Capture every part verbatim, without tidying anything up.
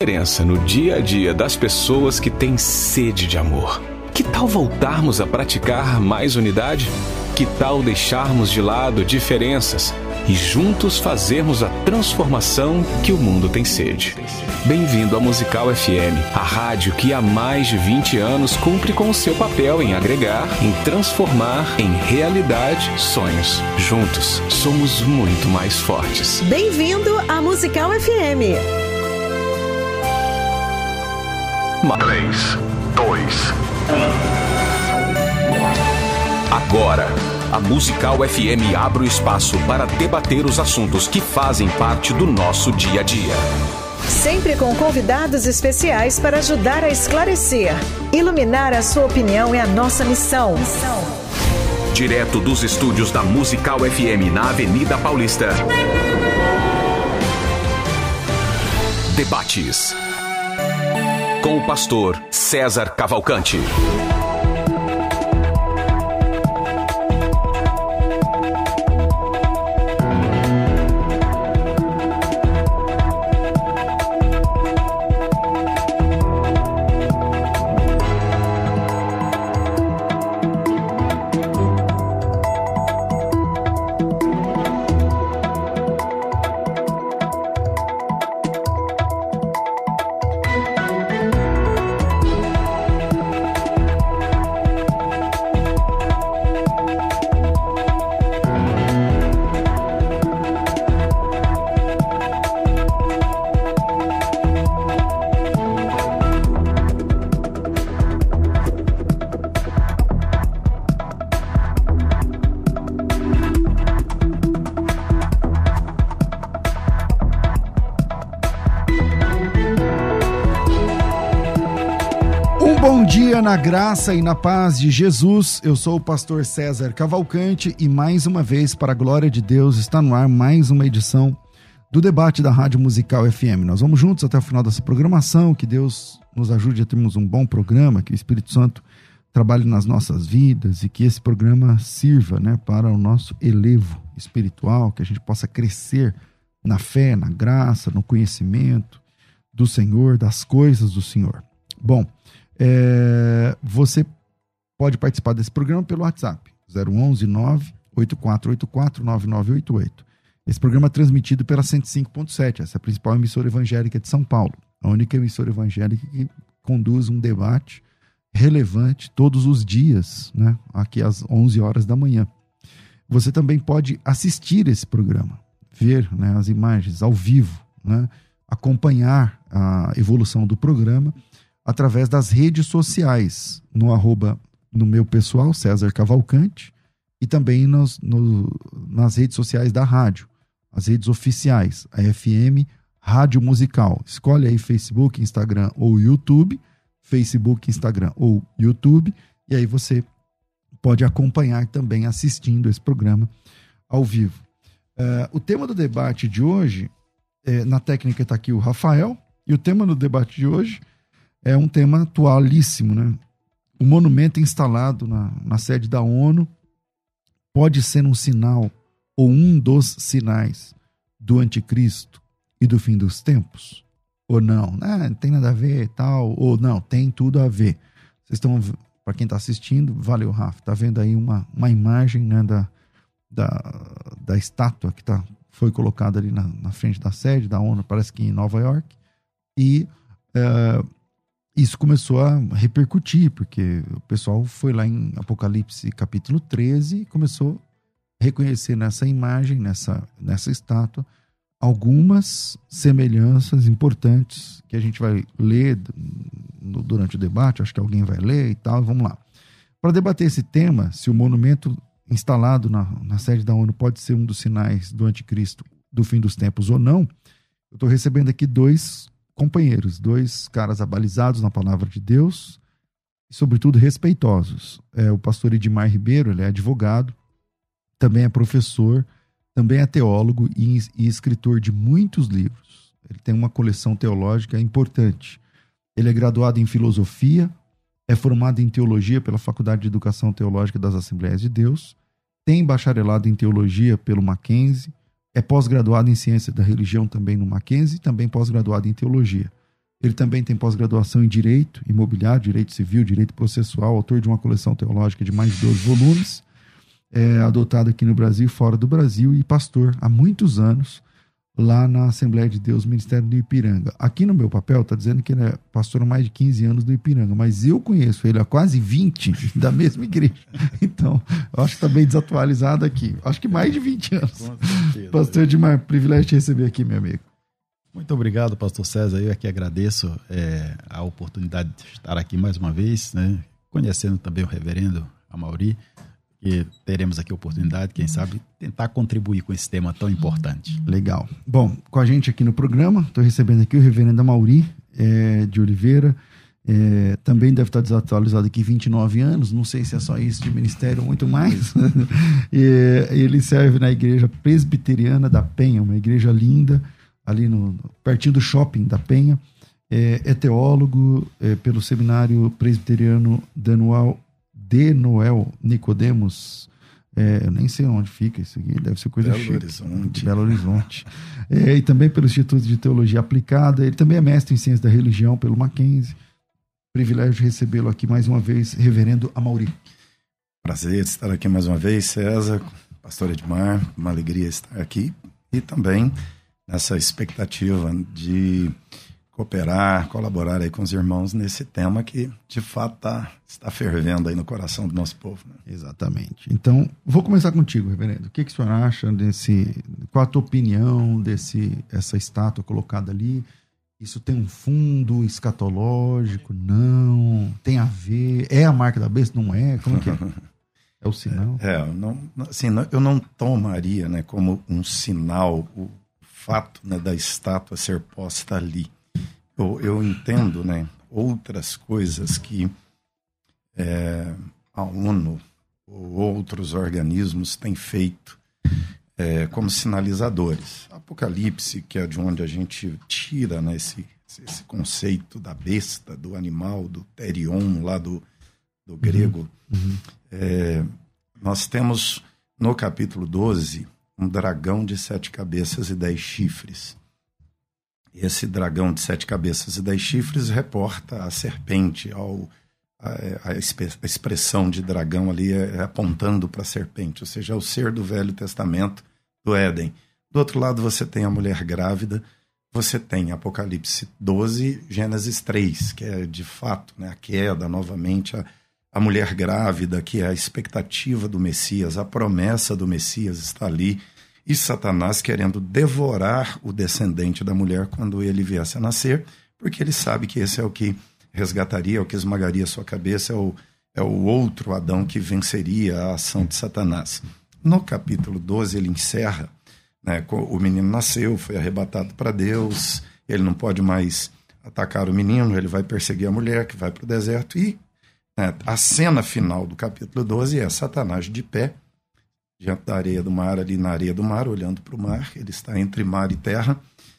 diferença no dia a dia das pessoas que têm sede de amor. Que tal voltarmos a praticar mais unidade? Que tal deixarmos de lado diferenças e juntos fazermos a transformação que o mundo tem sede? Bem-vindo à Musical F M, a rádio que há mais de vinte anos cumpre com o seu papel em agregar, em transformar em realidade sonhos. Juntos, somos muito mais fortes. Bem-vindo à Musical F M. três, dois, Agora, a Musical F M abre o espaço para debater os assuntos que fazem parte do nosso dia a dia. Sempre com convidados especiais para ajudar a esclarecer. Iluminar a sua opinião é a nossa missão. Direto dos estúdios da Musical F M na Avenida Paulista. Debates. Com o pastor César Cavalcante. Na graça e na paz de Jesus, eu sou o pastor César Cavalcante e mais uma vez, para a glória de Deus, está no ar mais uma edição do debate da Rádio Musical F M. Nós vamos juntos até o final dessa programação, que Deus nos ajude a termos um bom programa, que o Espírito Santo trabalhe nas nossas vidas e que esse programa sirva, né, para o nosso elevo espiritual, que a gente possa crescer na fé, na graça, no conhecimento do Senhor, das coisas do Senhor. Bom, É, você pode participar desse programa pelo WhatsApp zero onze nove oito quatro oito quatro nove nove oito oito. Esse programa é transmitido pela cento e cinco ponto sete, essa é a principal emissora evangélica de São Paulo, a única emissora evangélica que conduz um debate relevante todos os dias, né, aqui às onze horas da manhã. Você também pode assistir esse programa, ver, né, as imagens ao vivo, né, acompanhar a evolução do programa através das redes sociais, no arroba, no meu pessoal, César Cavalcante, e também nos, no, nas redes sociais da rádio, as redes oficiais, a F M Rádio Musical. Escolhe aí Facebook, Instagram ou YouTube, Facebook, Instagram ou YouTube, e aí você pode acompanhar também assistindo esse programa ao vivo. Uh, o tema do debate de hoje, é, na técnica está aqui o Rafael, e o tema do debate de hoje é um tema atualíssimo, né? O monumento instalado na, na sede da ONU pode ser um sinal ou um dos sinais do anticristo e do fim dos tempos? Ou não? Ah, não tem nada a ver e tal. Ou não, tem tudo a ver. Vocês estão, para quem está assistindo, valeu, Rafa. Está vendo aí uma, uma imagem, né, da, da, da estátua que tá, foi colocada ali na, na frente da sede da ONU, parece que em Nova York. E uh, isso começou a repercutir, porque o pessoal foi lá em Apocalipse capítulo treze e começou a reconhecer nessa imagem, nessa, nessa estátua, algumas semelhanças importantes que a gente vai ler no, durante o debate, acho que alguém vai ler e tal, vamos lá. Para debater esse tema, se o monumento instalado na, na sede da ONU pode ser um dos sinais do anticristo do fim dos tempos ou não, eu estou recebendo aqui dois companheiros, dois caras abalizados na palavra de Deus e, sobretudo, respeitosos. É o pastor Edmar Ribeiro, ele é advogado, também é professor, também é teólogo e, e escritor de muitos livros. Ele tem uma coleção teológica importante. Ele é graduado em filosofia, é formado em teologia pela Faculdade de Educação Teológica das Assembleias de Deus, tem bacharelado em teologia pelo Mackenzie, é pós-graduado em ciência da religião também no Mackenzie e também pós-graduado em teologia. Ele também tem pós-graduação em Direito Imobiliário, Direito Civil, Direito Processual, autor de uma coleção teológica de mais de doze volumes, é, adotado aqui no Brasil e fora do Brasil, e pastor há muitos anos lá na Assembleia de Deus, Ministério do Ipiranga. Aqui no meu papel está dizendo que ele é pastor há mais de quinze anos do Ipiranga, mas eu conheço ele há quase vinte da mesma igreja. Então, eu acho que está bem desatualizado aqui. Acho que mais de vinte anos. Com certeza. Pastor Edmar, privilégio de receber aqui, meu amigo. Muito obrigado, pastor César. Eu aqui agradeço é, a oportunidade de estar aqui mais uma vez, né? Conhecendo também o reverendo Amaury, e teremos aqui a oportunidade, quem sabe, tentar contribuir com esse tema tão importante. Legal. Bom, com a gente aqui no programa, estou recebendo aqui o reverendo Amaury é, de Oliveira, é, também deve estar desatualizado aqui, vinte e nove anos, não sei se é só isso de ministério ou muito mais. E, ele serve na igreja presbiteriana da Penha, uma igreja linda, ali no, pertinho do shopping da Penha. É, é teólogo é, pelo seminário presbiteriano Danual de Noel Nicodemos, é, eu nem sei onde fica isso aqui, deve ser coisa Belo chique. Horizonte. Belo Horizonte. É, e também pelo Instituto de Teologia Aplicada. Ele também é mestre em Ciência da Religião pelo Mackenzie. Privilégio de recebê-lo aqui mais uma vez, reverendo Amaury. Prazer estar aqui mais uma vez, César, pastor Edmar, uma alegria estar aqui e também nessa expectativa de cooperar, colaborar aí com os irmãos nesse tema que, de fato, tá, está fervendo aí no coração do nosso povo. Né? Exatamente. Então, vou começar contigo, reverendo. O que, que o senhor acha desse... Qual a tua opinião desse essa estátua colocada ali? Isso tem um fundo escatológico? Não? Tem a ver? É a marca da besta? Não é? Como que é? É o sinal? É, é não, assim, eu não tomaria, né, como um sinal o fato, né, da estátua ser posta ali. Eu, eu entendo, né, outras coisas que é, a ONU ou outros organismos têm feito é, como sinalizadores. Apocalipse, que é de onde a gente tira, né, esse, esse conceito da besta, do animal, do terion, lá do, do grego. Uhum. É, nós temos no capítulo doze um dragão de sete cabeças e dez chifres. Esse dragão de sete cabeças e dez chifres reporta a serpente, ao, a, a, expressão de dragão ali é, é apontando para a serpente, ou seja, é o ser do Velho Testamento, do Éden. Do outro lado você tem a mulher grávida, você tem Apocalipse doze, Gênesis três, que é de fato, né, a queda novamente, a, a mulher grávida, que é a expectativa do Messias, a promessa do Messias está ali, e Satanás querendo devorar o descendente da mulher quando ele viesse a nascer, porque ele sabe que esse é o que resgataria, é o que esmagaria sua cabeça, é o, é o outro Adão que venceria a ação de Satanás. No capítulo doze ele encerra, né, o menino nasceu, foi arrebatado para Deus, ele não pode mais atacar o menino, ele vai perseguir a mulher que vai para o deserto, e né, a cena final do capítulo doze é Satanás de pé, diante da areia do mar, ali na areia do mar, olhando para o mar, ele está entre mar e terra,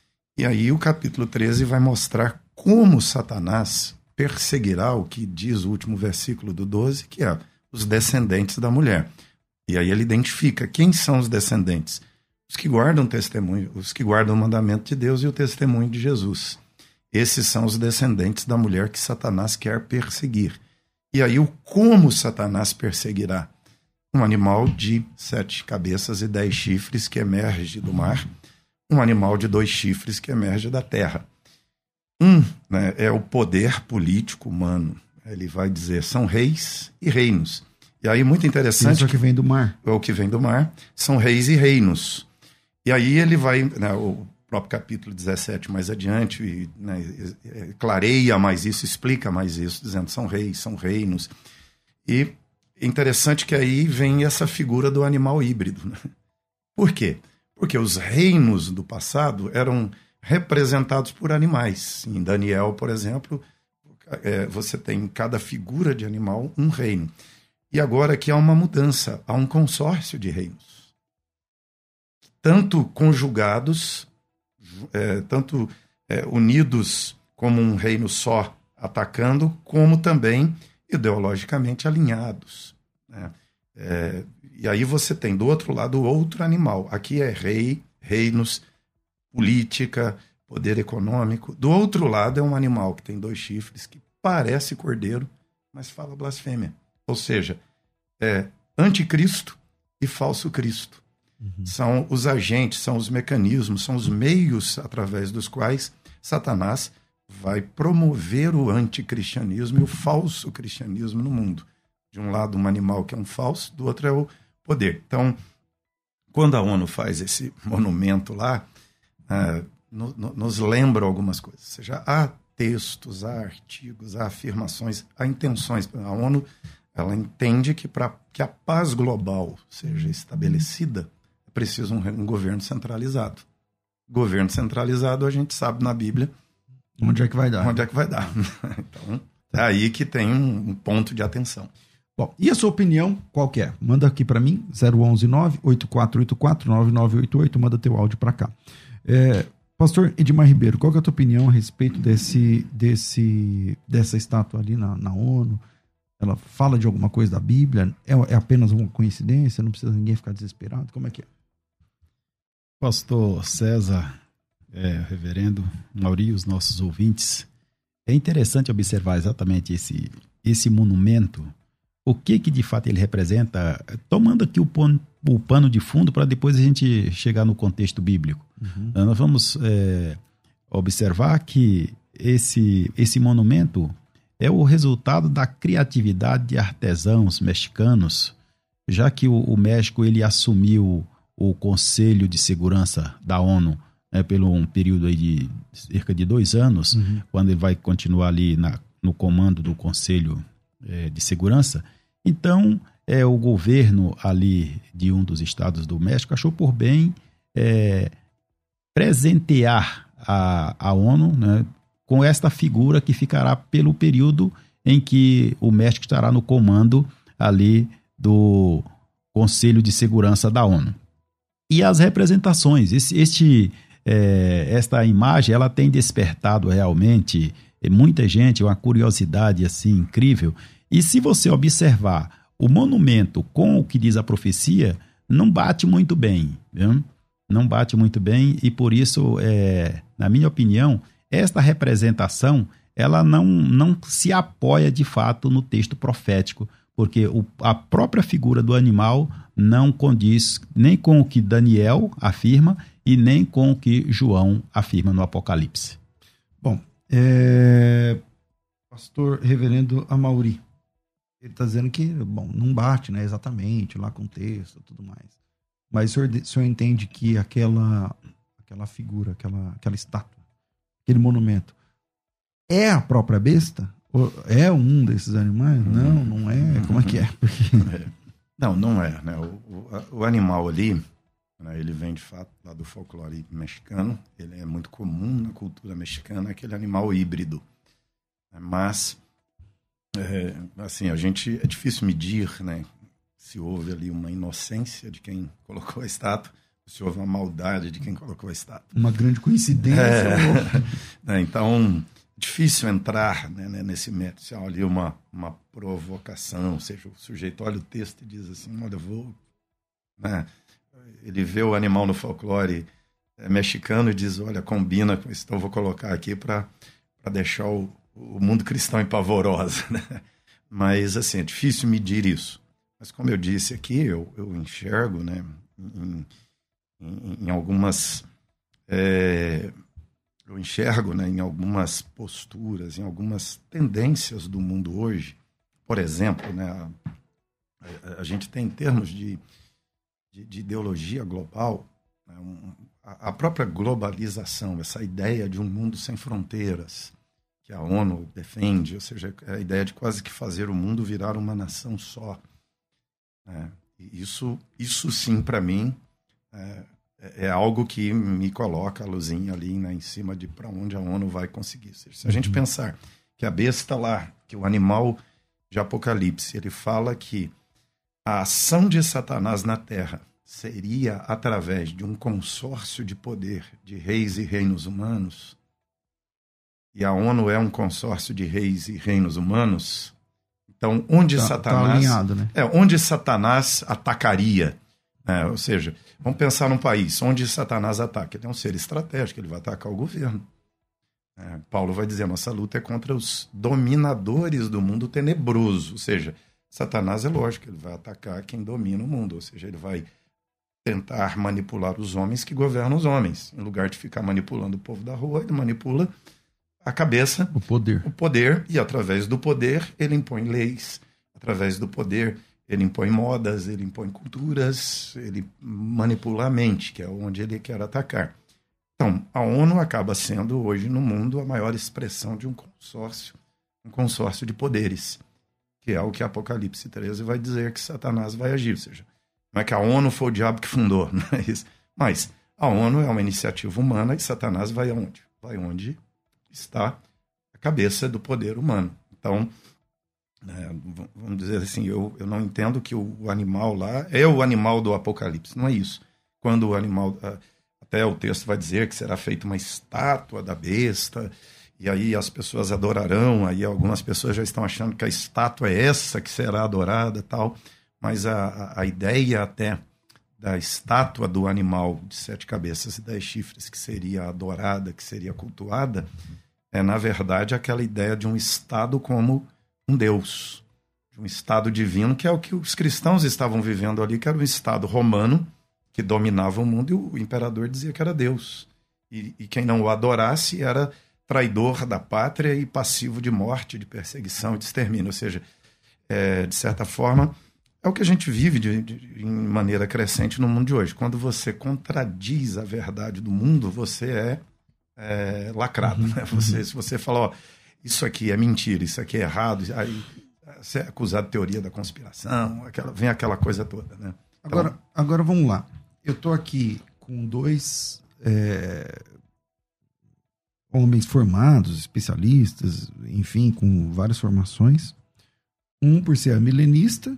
e aí o capítulo treze vai mostrar como Satanás perseguirá o que diz o último versículo do doze, que é os descendentes da mulher. E aí ele identifica quem são os descendentes, os que guardam o testemunho, os que guardam o mandamento de Deus e o testemunho de Jesus. Esses são os descendentes da mulher que Satanás quer perseguir. E aí o como Satanás perseguirá? Um animal de sete cabeças e dez chifres que emerge do mar, um animal de dois chifres que emerge da terra. Um, né, é o poder político humano. Ele vai dizer, são reis e reinos. E aí, muito interessante... Isso é o que vem do mar. É o que vem do mar. São reis e reinos. E aí ele vai, né, o próprio capítulo dezessete mais adiante, né, clareia mais isso, explica mais isso, dizendo, são reis, são reinos. E é interessante que aí vem essa figura do animal híbrido. Né? Por quê? Porque os reinos do passado eram representados por animais. Em Daniel, por exemplo, é, você tem em cada figura de animal um reino. E agora aqui há uma mudança, há um consórcio de reinos. Tanto conjugados, é, tanto é, unidos como um reino só atacando, como também ideologicamente alinhados. Né? É, e aí você tem do outro lado outro animal. Aqui é rei, reinos, política, poder econômico. Do outro lado é um animal que tem dois chifres, que parece cordeiro, mas fala blasfêmia. Ou seja, é anticristo e falso Cristo. Uhum. São os agentes, são os mecanismos, são os meios através dos quais Satanás vai promover o anticristianismo e o falso cristianismo no mundo. De um lado, um animal que é um falso, do outro é o poder. Então, quando a ONU faz esse monumento lá, ah, no, no, nos lembra algumas coisas. Ou seja, há textos, há artigos, há afirmações, há intenções. A ONU, ela entende que para que a paz global seja estabelecida, é preciso um, um governo centralizado. Governo centralizado, a gente sabe na Bíblia onde é que vai dar. Onde é que vai dar. Então, é aí que tem um, um ponto de atenção. Bom, e a sua opinião, qual que é? Manda aqui para mim, zero onze nove, oito quatro oito quatro, nove nove oito oito, manda teu áudio para cá. É, Pastor Edmar Ribeiro, qual que é a tua opinião a respeito desse, desse, dessa estátua ali na, na ONU? Ela fala de alguma coisa da Bíblia? É, é apenas uma coincidência? Não precisa ninguém ficar desesperado? Como é que é? Pastor César, é, reverendo Mauri, os nossos ouvintes, é interessante observar exatamente esse, esse monumento, o que que de fato ele representa, tomando aqui o pano, o pano de fundo para depois a gente chegar no contexto bíblico. Uhum. Nós vamos é, observar que esse, esse monumento é o resultado da criatividade de artesãos mexicanos, já que o, o México ele assumiu o Conselho de Segurança da ONU né, pelo um período aí de cerca de dois anos, uhum. quando ele vai continuar ali na, no comando do Conselho é, de Segurança. Então, é, o governo ali de um dos estados do México achou por bem é, presentear a, a ONU né, com esta figura que ficará pelo período em que o México estará no comando ali do Conselho de Segurança da ONU. E as representações, esse, este, é, esta imagem, ela tem despertado realmente muita gente, uma curiosidade assim incrível. E se você observar o monumento com o que diz a profecia, não bate muito bem, viu? Não bate muito bem e por isso, é, na minha opinião, esta representação ela não, não se apoia de fato no texto profético, porque o, a própria figura do animal não condiz nem com o que Daniel afirma e nem com o que João afirma no Apocalipse. Bom, é... pastor reverendo Amaury, ele está dizendo que, bom, não bate, né, exatamente, lá com o texto e tudo mais. Mas o senhor, o senhor entende que aquela, aquela figura, aquela, aquela estátua, aquele monumento, é a própria besta? Ou é um desses animais? Hum. Não, não é. Como é que é? Porque... Não, não é. Né? O, o, o animal ali, né, ele vem de fato lá do folclore mexicano, ele é muito comum na cultura mexicana, aquele animal híbrido. Mas... É, assim, a gente, é difícil medir, né, se houve ali uma inocência de quem colocou a estátua, se houve uma maldade de quem colocou a estátua. Uma grande coincidência. É, então, difícil entrar né, nesse método. Se há ali uma, uma provocação, ou seja, o sujeito olha o texto e diz assim, olha, eu vou... Né, ele vê o animal no folclore é, mexicano e diz, olha, combina com isso, então eu vou colocar aqui para deixar o o mundo cristão em pavorosa, né? Mas, assim, é difícil medir isso. Mas, como eu disse aqui, eu, eu enxergo, né, em, em, em algumas... É, eu enxergo, né, em algumas posturas, em algumas tendências do mundo hoje. Por exemplo, né, a, a, a gente tem, em termos de, de, de ideologia global, né, um, a, a própria globalização, essa ideia de um mundo sem fronteiras, que a ONU defende, ou seja, a ideia de quase que fazer o mundo virar uma nação só. É, isso, isso sim, para mim, é, é algo que me coloca a luzinha ali né, em cima de para onde a ONU vai conseguir. Seja, se a gente pensar que a besta lá, que o animal de Apocalipse, ele fala que a ação de Satanás na Terra seria através de um consórcio de poder de reis e reinos humanos, e a ONU é um consórcio de reis e reinos humanos, então onde tá, Satanás tá alinhado, né? é onde Satanás atacaria, É, ou seja, vamos pensar num país onde Satanás ataca. Ele é um ser estratégico, ele vai atacar o governo. É, Paulo vai dizer, nossa luta é contra os dominadores do mundo tenebroso. Ou seja, Satanás é lógico, ele vai atacar quem domina o mundo. Ou seja, ele vai tentar manipular os homens que governam os homens. Em lugar de ficar manipulando o povo da rua, ele manipula a cabeça, o poder. O poder, e através do poder ele impõe leis, através do poder ele impõe modas, ele impõe culturas, ele manipula a mente, que é onde ele quer atacar. Então, a ONU acaba sendo hoje no mundo a maior expressão de um consórcio, um consórcio de poderes, que é o que Apocalipse treze vai dizer que Satanás vai agir. Ou seja, não é que a ONU foi o diabo que fundou, não é isso. Mas a ONU é uma iniciativa humana e Satanás vai aonde? Vai onde está a cabeça do poder humano. Então, é, vamos dizer assim, eu, eu não entendo que o, o animal lá é o animal do Apocalipse, não é isso. Quando o animal, até o texto vai dizer que será feita uma estátua da besta, e aí as pessoas adorarão, aí algumas pessoas já estão achando que a estátua é essa que será adorada e tal, mas a, a, a ideia até da estátua do animal de sete cabeças e dez chifres que seria adorada, que seria cultuada, é, na verdade, aquela ideia de um Estado como um Deus, de um Estado divino, que é o que os cristãos estavam vivendo ali, que era um Estado romano, que dominava o mundo, e o imperador dizia que era Deus. E, e quem não o adorasse era traidor da pátria e passivo de morte, de perseguição e de extermínio. Ou seja, é, de certa forma, é o que a gente vive de, de, em maneira crescente no mundo de hoje. Quando você contradiz a verdade do mundo, você é É, lacrado, uhum, né? Você, uhum. Se você falar, ó, isso aqui é mentira, isso aqui é errado, aí você é acusado de teoria da conspiração, aquela, vem aquela coisa toda, né? Então, agora, agora vamos lá. Eu estou aqui com dois é, homens formados, especialistas, enfim, com várias formações. Um, por ser milenista,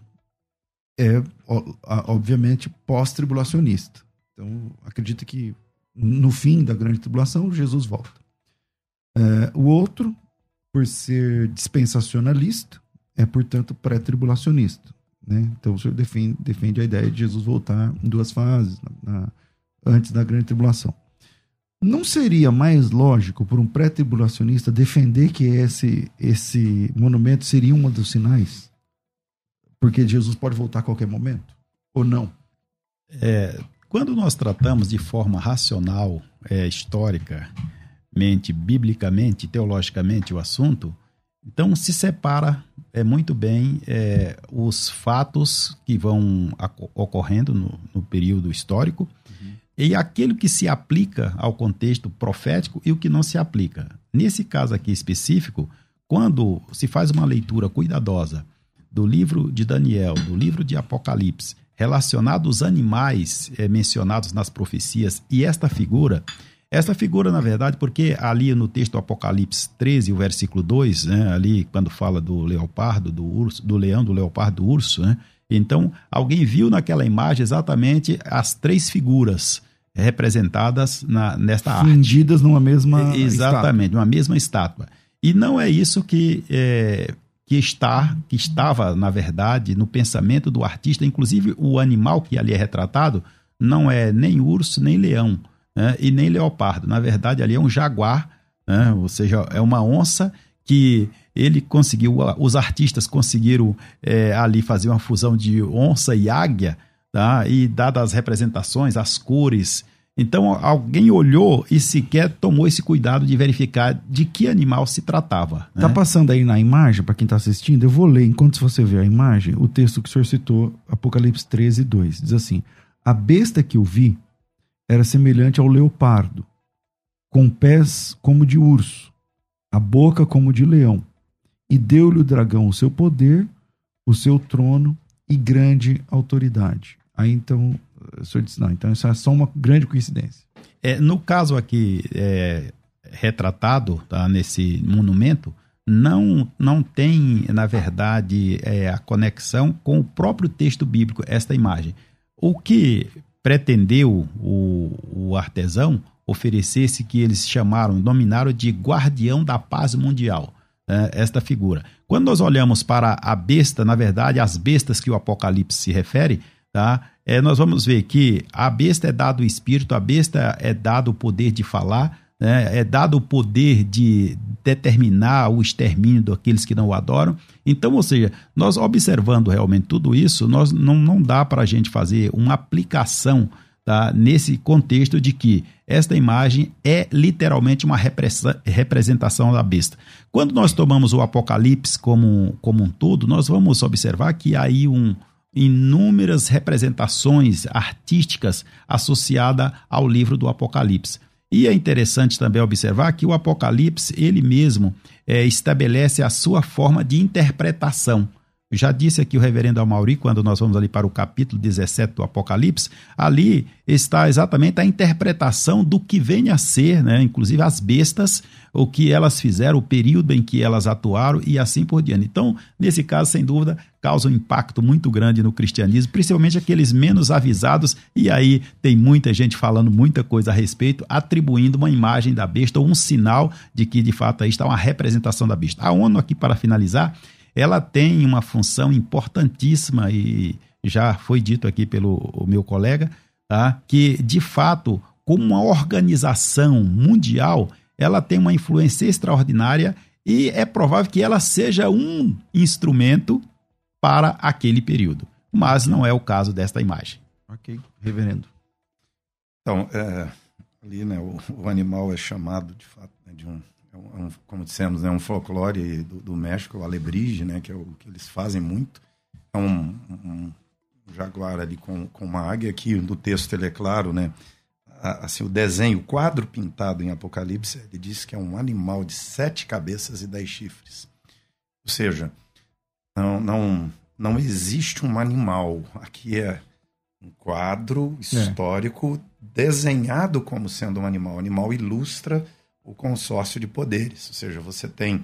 é obviamente pós-tribulacionista. Então, acredita que no fim da grande tribulação, Jesus volta. É, o outro, por ser dispensacionalista, é, portanto, pré-tribulacionista. Né? Então, o senhor defende, defende a ideia de Jesus voltar em duas fases, na, na, antes da grande tribulação. Não seria mais lógico para um pré-tribulacionista defender que esse, esse monumento seria um dos sinais? Porque Jesus pode voltar a qualquer momento? Ou não? É... Quando nós tratamos de forma racional, é, historicamente, biblicamente, teologicamente o assunto, então se separa é, muito bem é, os fatos que vão ocorrendo no, no período histórico uhum. e aquilo que se aplica ao contexto profético e o que não se aplica. Nesse caso aqui específico, quando se faz uma leitura cuidadosa do livro de Daniel, do livro de Apocalipse, relacionado aos animais é, mencionados nas profecias e esta figura, esta figura, na verdade, porque ali no texto do Apocalipse treze, o versículo dois, né, ali quando fala do leopardo, do urso, do leão, do leopardo, do urso, né, então alguém viu naquela imagem exatamente as três figuras representadas na, nesta arte. Fundidas numa mesma Exatamente, estátua. numa mesma estátua. E não é isso que... É, que, está, que estava, na verdade, no pensamento do artista. Inclusive, o animal que ali é retratado não é nem urso, nem leão, né? E nem leopardo. Na verdade, ali é um jaguar, né? Ou seja, é uma onça que ele conseguiu, os artistas conseguiram é, ali fazer uma fusão de onça e águia, tá? E dadas as representações, as cores... Então, alguém olhou e sequer tomou esse cuidado de verificar de que animal se tratava. Está, né? Passando aí na imagem, para quem está assistindo, eu vou ler, enquanto você vê a imagem, o texto que o senhor citou, Apocalipse treze, dois. Diz assim: a besta que eu vi era semelhante ao leopardo, com pés como de urso, a boca como de leão, e deu-lhe o dragão o seu poder, o seu trono e grande autoridade. Aí, então... O senhor disse, não, então isso é só uma grande coincidência. É, no caso aqui é, retratado, tá, nesse monumento, não, não tem, na verdade, é, a conexão com o próprio texto bíblico, esta imagem. O que pretendeu o, o artesão oferecer-se que eles chamaram, dominaram de guardião da paz mundial, né, esta figura. Quando nós olhamos para a besta, na verdade, as bestas que o Apocalipse se refere, tá, é, nós vamos ver que a besta é dado o espírito, a besta é dado o poder de falar, né? É dado o poder de determinar o extermínio daqueles que não o adoram. Então, ou seja, nós observando realmente tudo isso, nós não, não dá para a gente fazer uma aplicação, tá, nesse contexto de que esta imagem é literalmente uma representação da besta. Quando nós tomamos o Apocalipse como, como um todo, nós vamos observar que há aí um, inúmeras representações artísticas associadas ao livro do Apocalipse. E é interessante também observar que o Apocalipse, ele mesmo é, estabelece a sua forma de interpretação. Eu já disse aqui o reverendo Amauri, quando nós vamos ali para o capítulo dezessete do Apocalipse, ali está exatamente a interpretação do que vem a ser, né? Inclusive as bestas, o que elas fizeram, o período em que elas atuaram e assim por diante. Então, nesse caso, sem dúvida, causa um impacto muito grande no cristianismo, principalmente aqueles menos avisados, e aí tem muita gente falando muita coisa a respeito, atribuindo uma imagem da besta ou um sinal de que, de fato, aí está uma representação da besta. A ONU, aqui para finalizar, ela tem uma função importantíssima e já foi dito aqui pelo o meu colega, tá? Que, de fato, como uma organização mundial, ela tem uma influência extraordinária e é provável que ela seja um instrumento para aquele período. Mas não é o caso desta imagem. Ok, reverendo. Então, é, ali, né, o, o animal é chamado, de fato, né, de um... É um, como dissemos, é um folclore do, do México, o alebrije, né, que é o que eles fazem muito. É um, um jaguar ali com, com uma águia. Aqui no texto ele é claro, né, assim, o desenho, o quadro pintado em Apocalipse, ele diz que é um animal de sete cabeças e dez chifres. Ou seja, não, não, não existe um animal. Aqui é um quadro histórico é. desenhado como sendo um animal. O animal ilustra o consórcio de poderes, ou seja, você tem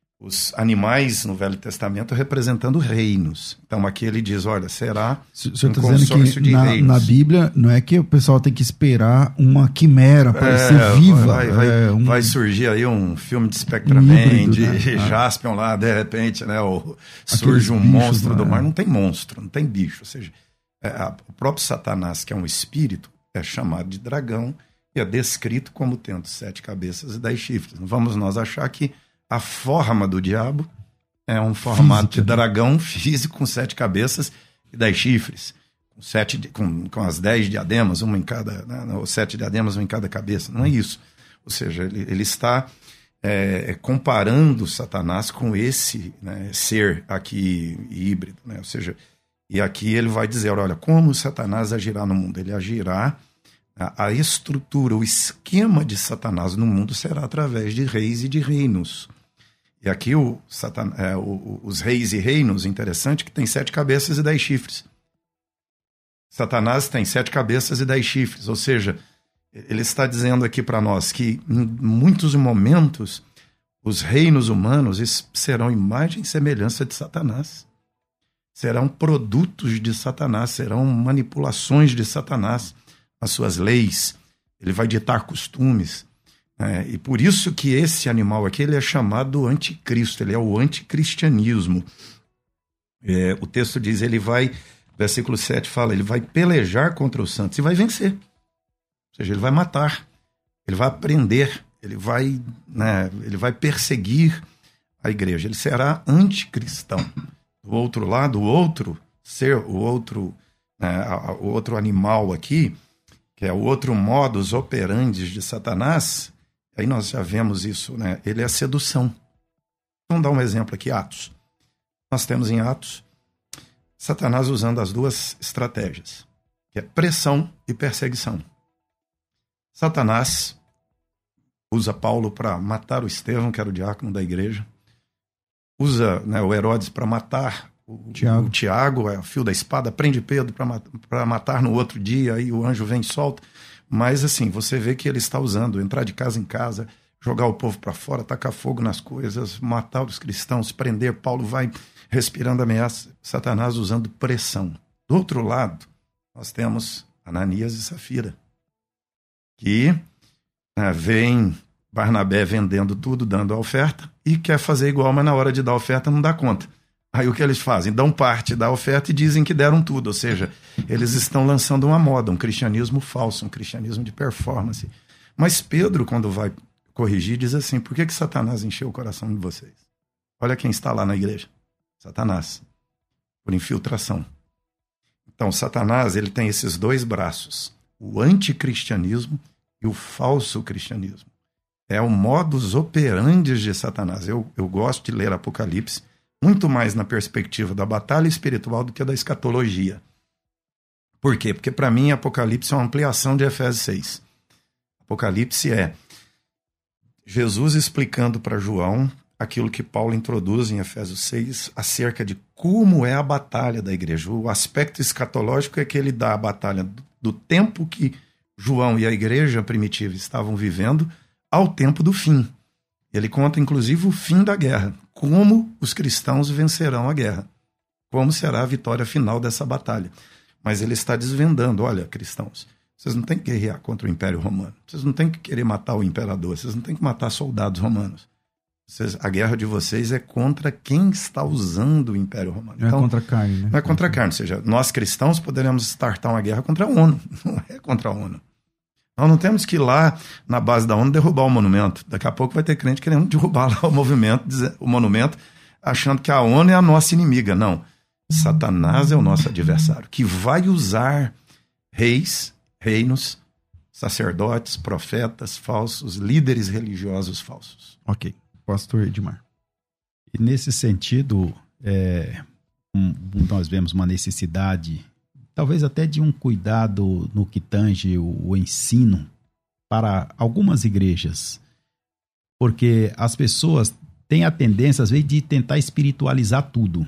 os animais no Velho Testamento representando reinos. Então aqui ele diz, olha, será um tá consórcio de na, reinos. Na Bíblia não é que o pessoal tem que esperar uma quimera aparecer é, viva. Vai, vai, é, um, vai surgir aí um filme de Spectraman, de né? Jaspion lá, de repente, né, ou surge um monstro lá, do mar. É. Não tem monstro, não tem bicho. Ou seja, é, a, o próprio Satanás, que é um espírito, é chamado de dragão, e é descrito como tendo sete cabeças e dez chifres. Não vamos nós achar que a forma do diabo é um formato Física. de dragão físico com sete cabeças e dez chifres, com, sete, com, com as dez diademas, uma em cada, né, ou sete diademas, uma em cada cabeça. Não é isso. Ou seja, ele, ele está é, comparando Satanás com esse, né, ser aqui híbrido. Né? Ou seja, e aqui ele vai dizer, olha, como Satanás agirá no mundo? Ele agirá A estrutura, o esquema de Satanás no mundo será através de reis e de reinos. E aqui o, Satan, é, o, os reis e reinos, interessante, que tem sete cabeças e dez chifres. Satanás tem sete cabeças e dez chifres, ou seja, ele está dizendo aqui para nós que em muitos momentos os reinos humanos serão imagem e semelhança de Satanás. Serão produtos de Satanás, serão manipulações de Satanás. As suas leis, ele vai ditar costumes, né? E por isso que esse animal aqui ele é chamado anticristo, ele é o anticristianismo. É, o texto diz, ele vai, versículo sete fala, ele vai pelejar contra os santos e vai vencer. Ou seja, ele vai matar, ele vai prender, ele vai, né, ele vai perseguir a igreja, ele será anticristão. Do outro lado, o outro ser, o outro, né, o outro animal aqui, que é o outro modus operandi de Satanás, aí nós já vemos isso, né? Ele é a sedução. Vamos dar um exemplo aqui, Atos. Nós temos em Atos Satanás usando as duas estratégias, que é pressão e perseguição. Satanás usa Paulo para matar o Estevão, que era o diácono da igreja, usa, né, o Herodes para matar O Tiago, o Tiago, é o fio da espada, prende Pedro para matar no outro dia, aí o anjo vem e solta. Mas assim, você vê que ele está usando, entrar de casa em casa, jogar o povo para fora, tacar fogo nas coisas, matar os cristãos, prender. Paulo vai respirando ameaça, Satanás usando pressão. Do outro lado, nós temos Ananias e Safira, que né, vem Barnabé vendendo tudo, dando a oferta, e quer fazer igual, mas na hora de dar a oferta não dá conta. Aí o que eles fazem? Dão parte da oferta e dizem que deram tudo. Ou seja, eles estão lançando uma moda, um cristianismo falso, um cristianismo de performance. Mas Pedro, quando vai corrigir, diz assim: por que que Satanás encheu o coração de vocês? Olha quem está lá na igreja. Satanás. Por infiltração. Então, Satanás, ele tem esses dois braços. O anticristianismo e o falso cristianismo. É o modus operandi de Satanás. Eu, eu gosto de ler Apocalipse muito mais na perspectiva da batalha espiritual do que da escatologia. Por quê? Porque para mim Apocalipse é uma ampliação de Efésios seis. Apocalipse é Jesus explicando para João aquilo que Paulo introduz em Efésios seis acerca de como é a batalha da igreja. O aspecto escatológico é que ele dá a batalha do, do tempo que João e a igreja primitiva estavam vivendo ao tempo do fim. Ele conta, inclusive, o fim da guerra. Como os cristãos vencerão a guerra. Como será a vitória final dessa batalha. Mas ele está desvendando: olha, cristãos, vocês não têm que guerrear contra o Império Romano. Vocês não têm que querer matar o imperador. Vocês não têm que matar soldados romanos. Vocês, a guerra de vocês é contra quem está usando o Império Romano. Não então, é contra a carne, né? Não é contra a carne. Ou seja, nós cristãos poderemos startar uma guerra contra a ONU. Não é contra a ONU. Nós não temos que ir lá na base da ONU derrubar o monumento. Daqui a pouco vai ter crente querendo derrubar lá o movimento, o monumento, achando que a ONU é a nossa inimiga. Não. Satanás é o nosso adversário, que vai usar reis, reinos, sacerdotes, profetas falsos, líderes religiosos falsos. Ok. Pastor Edmar. E nesse sentido, é, um, nós vemos uma necessidade, talvez até de um cuidado no que tange o, o ensino para algumas igrejas, porque as pessoas têm a tendência, às vezes, de tentar espiritualizar tudo.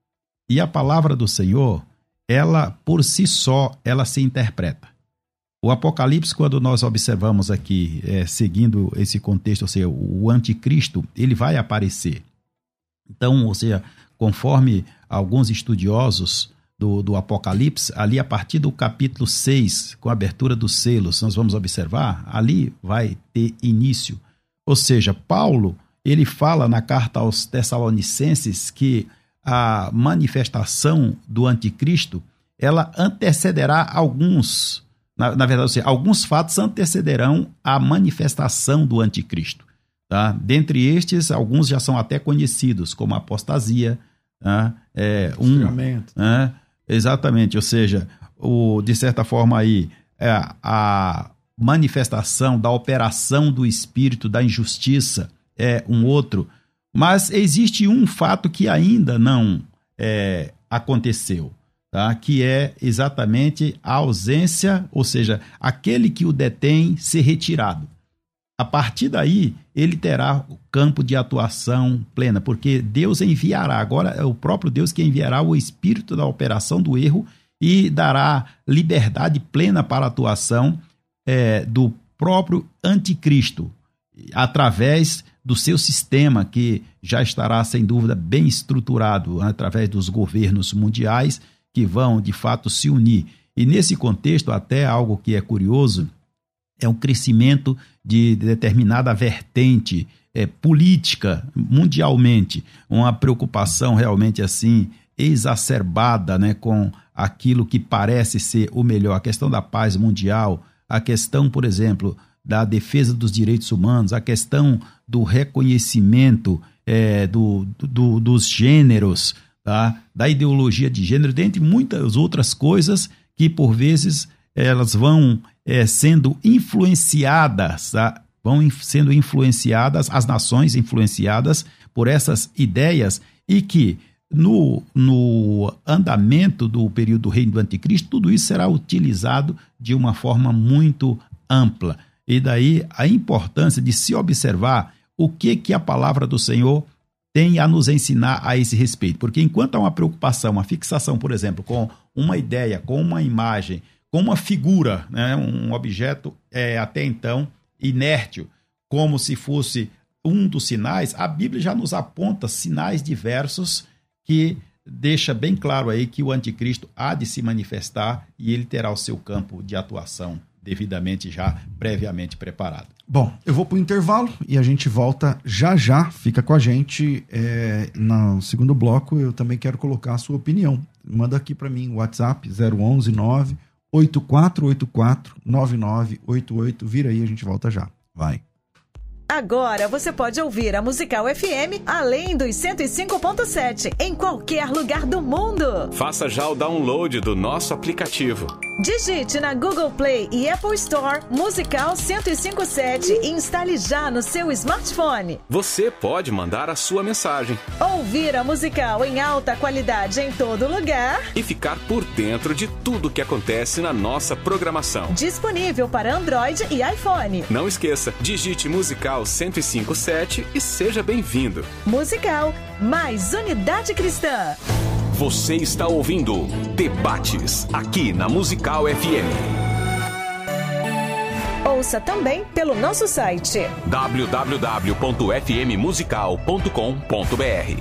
E a palavra do Senhor, ela, por si só, ela se interpreta. O Apocalipse, quando nós observamos aqui, é, seguindo esse contexto, ou seja, o anticristo, ele vai aparecer. Então, ou seja, conforme alguns estudiosos do, do Apocalipse, ali a partir do capítulo seis, com a abertura dos selos, nós vamos observar, ali vai ter início. Ou seja, Paulo, ele fala na carta aos Tessalonicenses que a manifestação do anticristo, ela antecederá alguns, na, na verdade, ou seja, alguns fatos antecederão a manifestação do anticristo. Tá? Dentre estes, alguns já são até conhecidos, como a apostasia, tá? é, um, é, exatamente, ou seja, o, de certa forma aí, é, a manifestação da operação do espírito da injustiça é um outro, mas existe um fato que ainda não é, aconteceu, tá? Que é exatamente a ausência, ou seja, aquele que o detém ser retirado. A partir daí, ele terá o campo de atuação plena, porque Deus enviará, agora é o próprio Deus que enviará o espírito da operação do erro e dará liberdade plena para a atuação é, do próprio anticristo, através do seu sistema, que já estará, sem dúvida, bem estruturado, através dos governos mundiais que vão, de fato, se unir. E nesse contexto, até algo que é curioso, é um crescimento de determinada vertente é, política mundialmente, uma preocupação realmente assim exacerbada, né, com aquilo que parece ser o melhor, a questão da paz mundial, a questão, por exemplo, da defesa dos direitos humanos, a questão do reconhecimento é, do, do, dos gêneros, tá? Da ideologia de gênero, dentre muitas outras coisas que, por vezes, elas vão é, sendo influenciadas, tá? Vão in, sendo influenciadas, as nações influenciadas por essas ideias, e que no, no andamento do período do reino do anticristo, tudo isso será utilizado de uma forma muito ampla. E daí a importância de se observar o que, que a palavra do Senhor tem a nos ensinar a esse respeito. Porque enquanto há uma preocupação, uma fixação, por exemplo, com uma ideia, com uma imagem, com uma figura, né, um objeto é, até então inértil, como se fosse um dos sinais, a Bíblia já nos aponta sinais diversos que deixa bem claro aí que o anticristo há de se manifestar e ele terá o seu campo de atuação devidamente já previamente preparado. Bom, eu vou para o intervalo e a gente volta já já. Fica com a gente. É, no segundo bloco, eu também quero colocar a sua opinião. Manda aqui para mim o WhatsApp zero onze nove oito quatro oito quatro nove nove oito oito. Vira aí, a gente volta já. Vai. Agora você pode ouvir a Musical F M além dos cento e cinco ponto sete em qualquer lugar do mundo. Faça já o download do nosso aplicativo. Digite na Google Play e Apple Store Musical cento e cinco ponto sete e instale já no seu smartphone. Você pode mandar a sua mensagem. Ouvir a Musical em alta qualidade em todo lugar. E ficar por dentro de tudo que acontece na nossa programação. Disponível para Android e iPhone. Não esqueça, digite Musical cento e cinco ponto sete e seja bem-vindo. Musical, mais unidade cristã. Você está ouvindo Debates, aqui na Musical F M. Ouça também pelo nosso site w w w ponto f m musical ponto com ponto b r.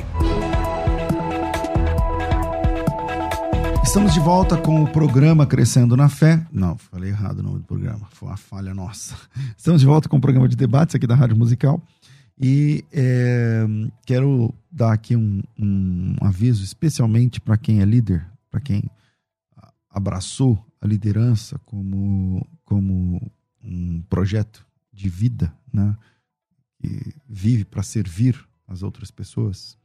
Estamos de volta com o programa Crescendo na Fé. Não, falei errado o nome do programa, foi uma falha nossa. Estamos de volta com o programa de debates aqui da Rádio Musical. E é, quero dar aqui um, um aviso especialmente para quem é líder, para quem abraçou a liderança como, como um projeto de vida, né? Que vive para servir as outras pessoas.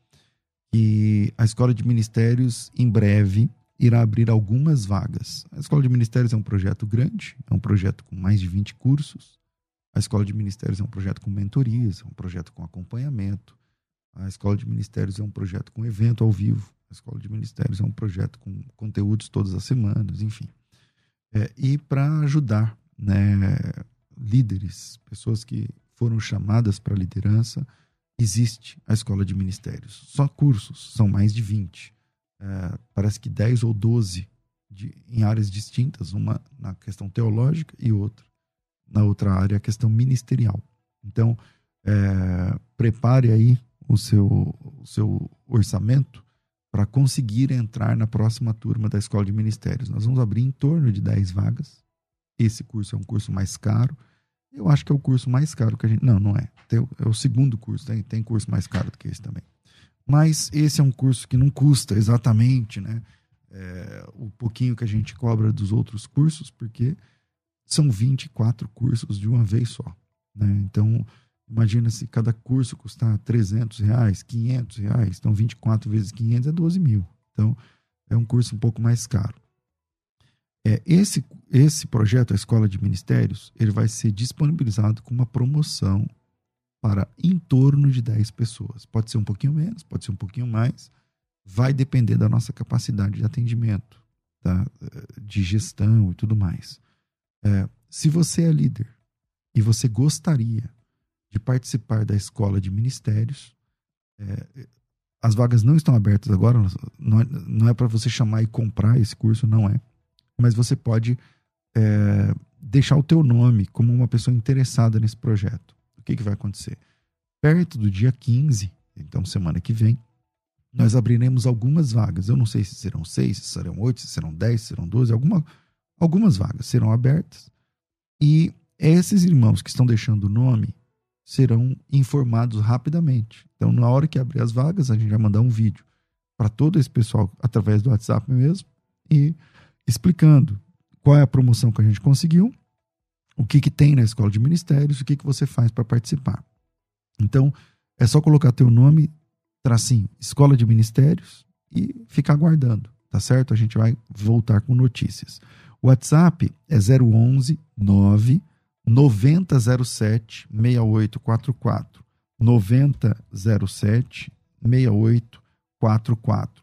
E a Escola de Ministérios, em breve, irá abrir algumas vagas. A Escola de Ministérios é um projeto grande, é um projeto com mais de vinte cursos. A Escola de Ministérios é um projeto com mentorias, é um projeto com acompanhamento. A Escola de Ministérios é um projeto com evento ao vivo. A Escola de Ministérios é um projeto com conteúdos todas as semanas, enfim. É, e para ajudar, né, líderes, pessoas que foram chamadas para a liderança, existe a Escola de Ministérios. Só cursos, são mais de vinte. É, parece que dez ou doze de, em áreas distintas, uma na questão teológica e outra na outra área, a questão ministerial. Então, é, prepare aí o seu, o seu orçamento para conseguir entrar na próxima turma da Escola de Ministérios. Nós vamos abrir em torno de dez vagas. Esse curso é um curso mais caro. Eu acho que é o curso mais caro que a gente... Não, não é. Tem, é o segundo curso. Tem, tem curso mais caro do que esse também. Mas esse é um curso que não custa exatamente, né, é, o pouquinho que a gente cobra dos outros cursos, porque são vinte e quatro cursos de uma vez só, né? Então, imagina se cada curso custar trezentos reais, quinhentos reais. Então, vinte e quatro vezes quinhentos é doze mil. Então, é um curso um pouco mais caro. É, esse, esse projeto, a Escola de Ministérios, ele vai ser disponibilizado com uma promoção para em torno de dez pessoas. Pode ser um pouquinho menos, pode ser um pouquinho mais. Vai depender da nossa capacidade de atendimento, tá? De gestão e tudo mais. É, se você é líder e você gostaria de participar da Escola de Ministérios, é, as vagas não estão abertas agora, não é, não é para você chamar e comprar esse curso, não é. Mas você pode é, deixar o teu nome como uma pessoa interessada nesse projeto. O que, que vai acontecer? Perto do dia quinze, então semana que vem, nós abriremos algumas vagas. Eu não sei se serão seis, se serão oito, se serão dez, se serão doze, alguma, algumas vagas serão abertas. E esses irmãos que estão deixando o nome serão informados rapidamente. Então, na hora que abrir as vagas, a gente vai mandar um vídeo para todo esse pessoal através do WhatsApp mesmo e explicando qual é a promoção que a gente conseguiu, o que, que tem na Escola de Ministérios, o que, que você faz para participar. Então, é só colocar teu nome, tracinho, Escola de Ministérios e ficar aguardando, tá certo? A gente vai voltar com notícias. O WhatsApp é zero onze nove noventa zero sete seis oito quatro quatro. noventa zero sete seis oito quatro quatro.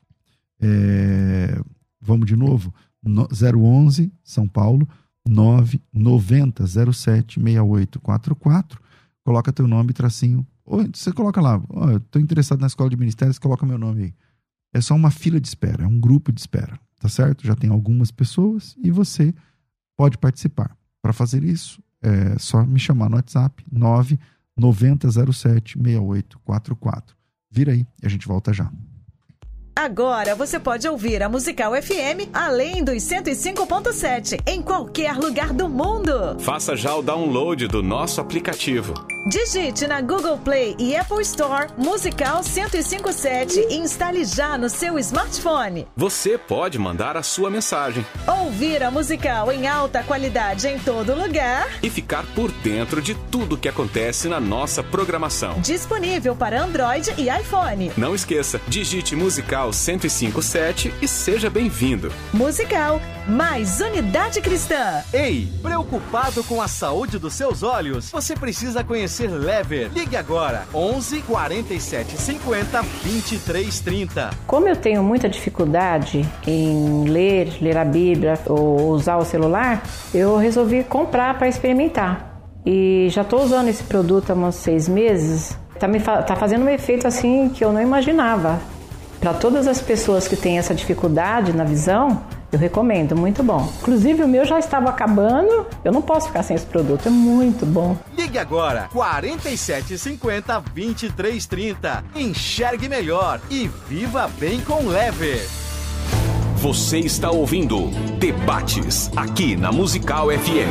É, vamos de novo? zero onze, São Paulo, nove noventa zero sete seis oito quatro quatro. Coloca teu nome, tracinho. Ou você coloca lá, oh, eu estou interessado na Escola de Ministérios, coloca meu nome aí. É só uma fila de espera, é um grupo de espera, tá certo? Já tem algumas pessoas e você pode participar. Para fazer isso, é só me chamar no WhatsApp, nove noventa zero sete seis oito quatro quatro. Vira aí e a gente volta já. Agora você pode ouvir a Musical F M além dos cento e cinco ponto sete em qualquer lugar do mundo. Faça já o download do nosso aplicativo. Digite na Google Play e Apple Store Musical cento e cinco ponto sete e instale já no seu smartphone. Você pode mandar a sua mensagem. Ouvir a Musical em alta qualidade em todo lugar. E ficar por dentro de tudo que acontece na nossa programação. Disponível para Android e iPhone. Não esqueça, digite Musical cento e cinco ponto sete e seja bem-vindo. Musical, mais unidade cristã. Ei, preocupado com a saúde dos seus olhos? Você precisa conhecer Lever. Ligue agora, onze, quarenta e sete, cinquenta, vinte e três, trinta. Como eu tenho muita dificuldade em ler, ler a Bíblia ou usar o celular, eu resolvi comprar para experimentar. E já estou usando esse produto há uns seis meses. Tá, me fa- tá fazendo um efeito assim que eu não imaginava. Para todas as pessoas que têm essa dificuldade na visão, eu recomendo, muito bom. Inclusive o meu já estava acabando, eu não posso ficar sem esse produto, é muito bom. Ligue agora, quarenta e sete, cinquenta, vinte e três, trinta. Enxergue melhor e viva bem com Lever. Você está ouvindo Debates, aqui na Musical F M.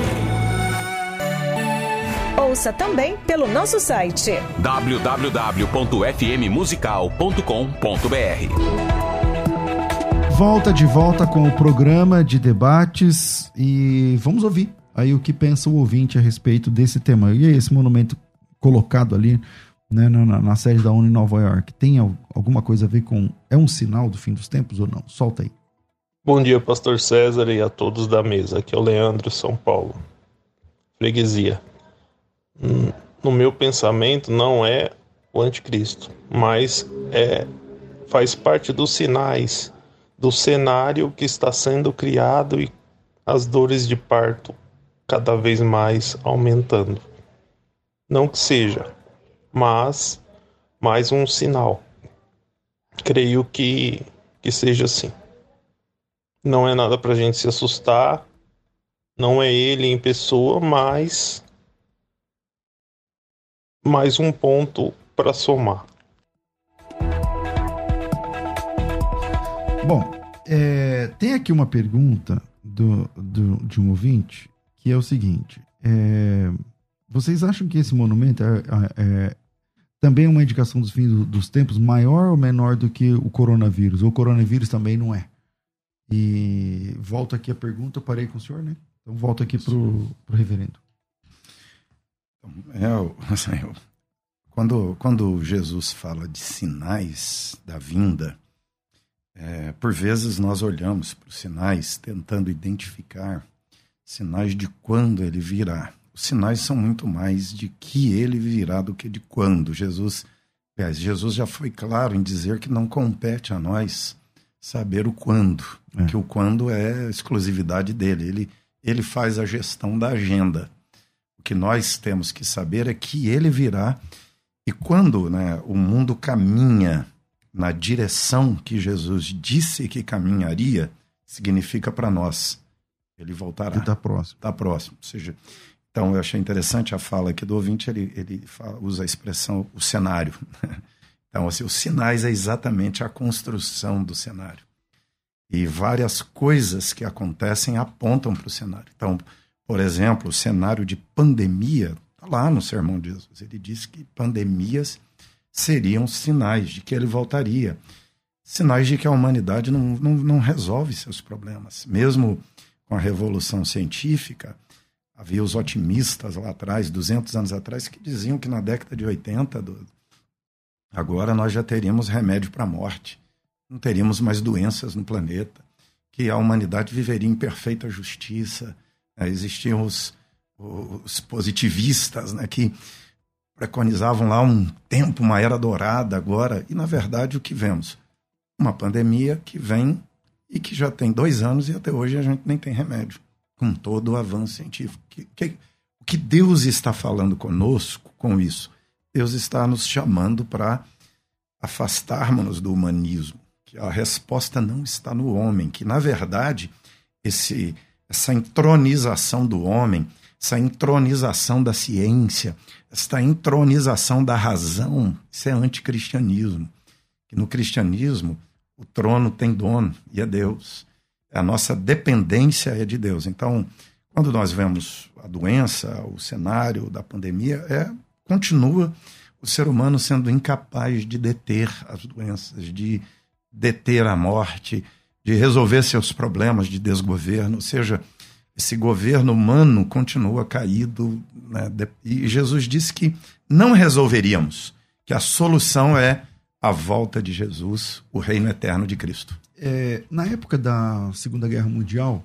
Ouça também pelo nosso site w w w ponto f m musical ponto com ponto b r. Volta de volta com o programa de debates e vamos ouvir aí o que pensa o ouvinte a respeito desse tema. E esse monumento colocado ali, né, na, na, na sede da ONU em Nova York, tem alguma coisa a ver com... É um sinal do fim dos tempos ou não? Solta aí. Bom dia, pastor César, e a todos da mesa. Aqui é o Leandro, São Paulo. Freguesia. No meu pensamento, não é o anticristo, mas é, faz parte dos sinais do cenário que está sendo criado e as dores de parto cada vez mais aumentando. Não que seja, mas mais um sinal. Creio que, que seja assim. Não é nada para a gente se assustar, não é ele em pessoa, mas mais um ponto para somar. Bom, é, tem aqui uma pergunta do, do, de um ouvinte, que é o seguinte: é, vocês acham que esse monumento é, é também é uma indicação dos fins do, dos tempos maior ou menor do que o coronavírus? Ou o coronavírus também não é? E volta aqui a pergunta, eu parei com o senhor, né? Então volta aqui para o reverendo. Eu, assim, eu, quando, quando Jesus fala de sinais da vinda, é, por vezes nós olhamos para os sinais tentando identificar sinais de quando ele virá. Os sinais são muito mais de que ele virá do que de quando. Jesus, aliás, Jesus já foi claro em dizer que não compete a nós saber o quando, é. que o quando é exclusividade dele. Ele, ele faz a gestão da agenda. O que nós temos que saber é que ele virá, e quando, né, o mundo caminha na direção que Jesus disse que caminharia, significa para nós, ele voltará. Está próximo. Está próximo. Ou seja, então eu achei interessante a fala aqui do ouvinte, ele, ele fala, usa a expressão, o cenário. Então, assim, os sinais é exatamente a construção do cenário. E várias coisas que acontecem apontam para o cenário. Então, por exemplo, o cenário de pandemia, está lá no Sermão de Jesus. Ele disse que pandemias seriam sinais de que ele voltaria. Sinais de que a humanidade não, não, não resolve seus problemas. Mesmo com a revolução científica, havia os otimistas lá atrás, duzentos anos atrás, que diziam que na década de oitenta, do... agora nós já teríamos remédio para a morte. Não teríamos mais doenças no planeta. Que a humanidade viveria em perfeita justiça. Existiam os, os positivistas, né, que preconizavam lá um tempo, uma era dourada agora, e na verdade o que vemos? Uma pandemia que vem e que já tem dois anos e até hoje a gente nem tem remédio, com todo o avanço científico. Que, que, o que Deus está falando conosco com isso? Deus está nos chamando para afastarmos-nos do humanismo, que a resposta não está no homem, que na verdade esse... essa entronização do homem, essa entronização da ciência, essa entronização da razão, isso é anticristianismo. Que no cristianismo, O trono tem dono e é Deus. A nossa dependência é de Deus. Então, quando nós vemos a doença, o cenário da pandemia, é, continua o ser humano sendo incapaz de deter as doenças, de deter a morte, de resolver seus problemas de desgoverno. Ou seja, esse governo humano continua caído, né? E Jesus disse que não resolveríamos, que a solução é a volta de Jesus, o reino eterno de Cristo. É, na época da Segunda Guerra Mundial,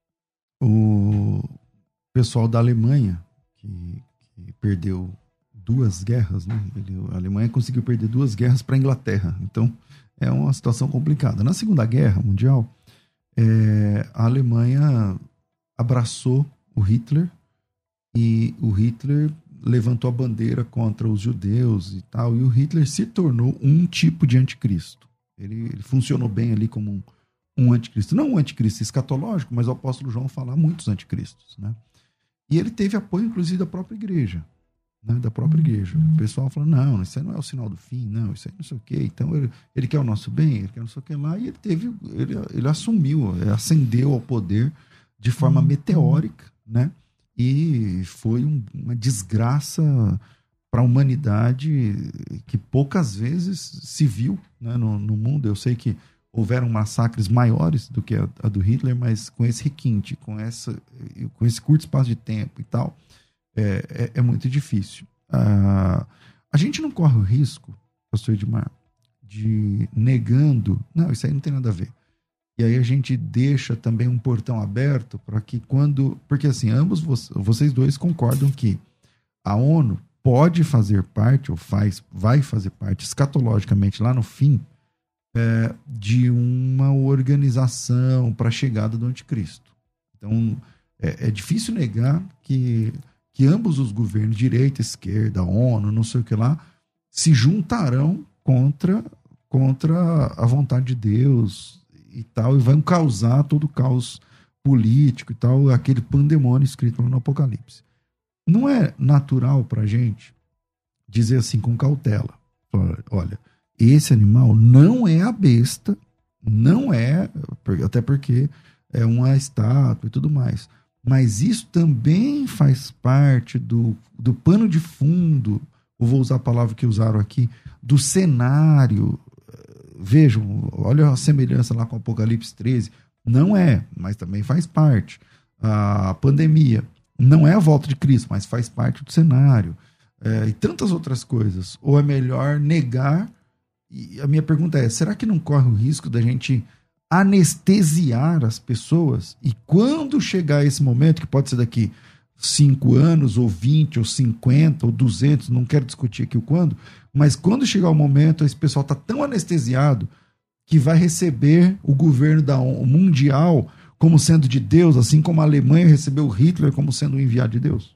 o pessoal da Alemanha, que, que perdeu duas guerras, né? Ele, a Alemanha conseguiu perder duas guerras para a Inglaterra. Então, é uma situação complicada. Na Segunda Guerra Mundial, é, a Alemanha abraçou o Hitler e o Hitler levantou a bandeira contra os judeus e tal, e o Hitler se tornou um tipo de anticristo. Ele, ele funcionou bem ali como um, um anticristo. Não um anticristo escatológico, mas o apóstolo João fala muitos anticristos, né? E ele teve apoio, inclusive, da própria igreja. Né? Da própria igreja. O pessoal falou, não, isso aí não é o sinal do fim, não, isso aí não sei o quê. Então, ele, ele quer o nosso bem, ele quer não sei o que lá, e ele teve, ele, ele assumiu, ele ascendeu ao poder de forma meteórica, né? E foi um, uma desgraça para a humanidade que poucas vezes se viu, né, no, no mundo. Eu sei que houveram massacres maiores do que a, a do Hitler, mas com esse requinte, com, essa, com esse curto espaço de tempo e tal, é, é, é muito difícil. Ah, a gente não corre o risco, pastor Edmar, de negando, não, isso aí não tem nada a ver. E aí a gente deixa também um portão aberto para que quando... Porque assim, ambos vocês dois concordam que a ONU pode fazer parte, ou faz, vai fazer parte, escatologicamente, lá no fim, é, de uma organização para a chegada do anticristo. Então, é, é difícil negar que, que ambos os governos, direita, esquerda, ONU, não sei o que lá, se juntarão contra, contra a vontade de Deus e tal, e vão causar todo o caos político e tal, aquele pandemônio escrito lá no Apocalipse. Não é natural para a gente dizer assim com cautela, olha, esse animal não é a besta, não é, até porque é uma estátua e tudo mais, mas isso também faz parte do, do pano de fundo, eu vou usar a palavra que usaram aqui, do cenário. Vejam, olha a semelhança lá com o Apocalipse treze. Não é, mas também faz parte. A pandemia não é a volta de Cristo, mas faz parte do cenário. É, e tantas outras coisas. Ou é melhor negar? E a minha pergunta é, será que não corre o risco da gente anestesiar as pessoas? E quando chegar esse momento, que pode ser daqui cinco anos, ou vinte, ou cinquenta, ou duzentos, não quero discutir aqui o quando, mas quando chegar o momento, esse pessoal está tão anestesiado que vai receber o governo da ONU, mundial como sendo de Deus, assim como a Alemanha recebeu Hitler como sendo um enviado de Deus.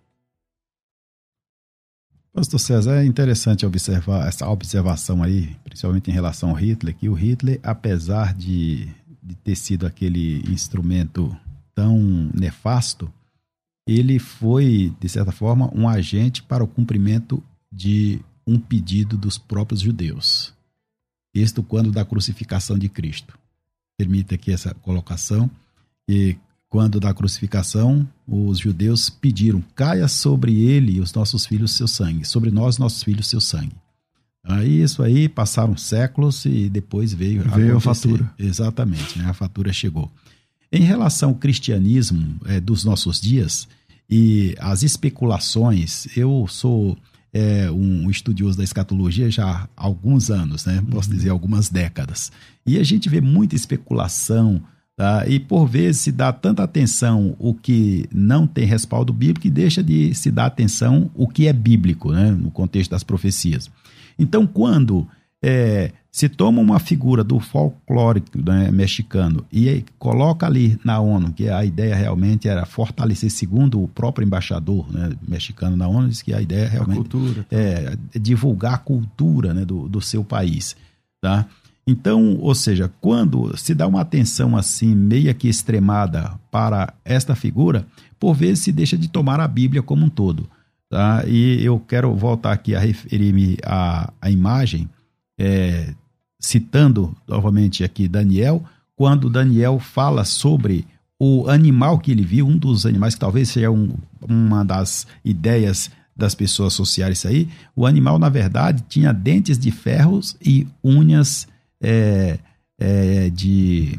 Pastor César, é interessante observar essa observação aí, principalmente em relação ao Hitler, que o Hitler, apesar de, de ter sido aquele instrumento tão nefasto, ele foi, de certa forma, um agente para o cumprimento de um pedido dos próprios judeus. Isto quando da crucificação de Cristo. Permita aqui essa colocação. E quando da crucificação, os judeus pediram, caia sobre ele e os nossos filhos seu sangue, sobre nós, nossos filhos seu sangue. Aí isso aí, passaram séculos e depois veio, veio a fatura. Exatamente, né? A fatura chegou. Em relação ao cristianismo é, dos nossos dias e as especulações, eu sou é, um estudioso da escatologia já há alguns anos, né? Posso dizer algumas décadas. E a gente vê muita especulação, tá? E por vezes se dá tanta atenção o que não tem respaldo bíblico e deixa de se dar atenção o que é bíblico, né? No contexto das profecias. Então, quando é, se toma uma figura do folclore, né, mexicano e coloca ali na ONU, que a ideia realmente era fortalecer, segundo o próprio embaixador, né, mexicano na ONU, diz que a ideia realmente a cultura, tá? é divulgar a cultura, né, do, do seu país. Tá? Então, ou seja, quando se dá uma atenção assim, meio que extremada para esta figura, por vezes se deixa de tomar a Bíblia como um todo. Tá? E eu quero voltar aqui a referir-me à, à imagem. É, citando novamente aqui Daniel, quando Daniel fala sobre o animal que ele viu, um dos animais que talvez seja um, uma das ideias das pessoas associarem isso aí, o animal na verdade tinha dentes de ferro e unhas é, é, de,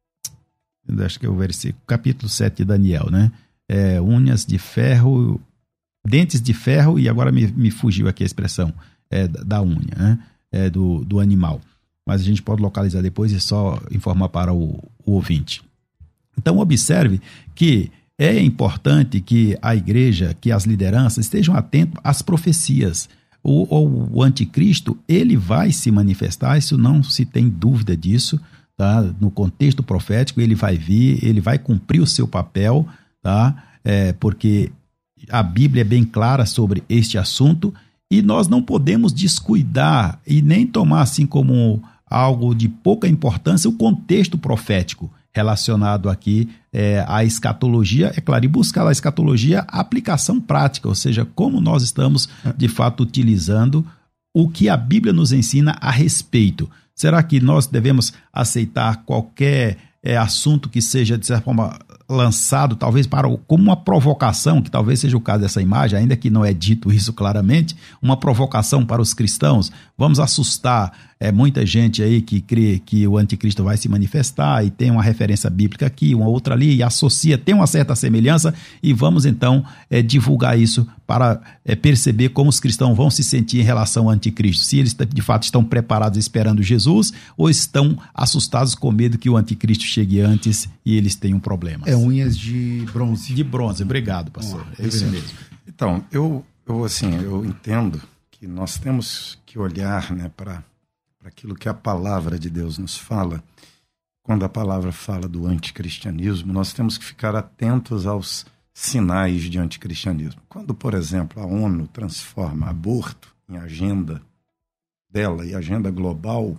acho que é o versículo, capítulo sete de Daniel, né? É, unhas de ferro, dentes de ferro, e agora me, me fugiu aqui a expressão é, da unha, né? É, do, do animal. Mas a gente pode localizar depois e só informar para o, o ouvinte. Então observe que é importante que a igreja, que as lideranças estejam atentos às profecias. O, o, o anticristo, ele vai se manifestar, isso não se tem dúvida disso, tá? No contexto profético, ele vai vir, ele vai cumprir o seu papel, tá? É, porque a Bíblia é bem clara sobre este assunto e nós não podemos descuidar e nem tomar assim como algo de pouca importância o contexto profético relacionado aqui é, à escatologia, é claro, e buscar na escatologia a aplicação prática, ou seja, como nós estamos de fato utilizando o que a Bíblia nos ensina a respeito. Será que nós devemos aceitar qualquer é, assunto que seja, de certa forma, lançado, talvez para como uma provocação, que talvez seja o caso dessa imagem, ainda que não é dito isso claramente, uma provocação para os cristãos? Vamos assustar é, muita gente aí que crê que o anticristo vai se manifestar e tem uma referência bíblica aqui, uma outra ali, e associa, tem uma certa semelhança, e vamos então é, divulgar isso para é, perceber como os cristãos vão se sentir em relação ao anticristo, se eles de fato estão preparados esperando Jesus ou estão assustados com medo que o anticristo chegue antes e eles tenham problemas. É unhas de bronze. De bronze, obrigado, pastor. É isso mesmo. Então, eu, eu, assim, eu entendo que nós temos que olhar, né, para aquilo que a palavra de Deus nos fala. Quando a palavra fala do anticristianismo, nós temos que ficar atentos aos sinais de anticristianismo. Quando, por exemplo, a ONU transforma aborto em agenda dela e agenda global,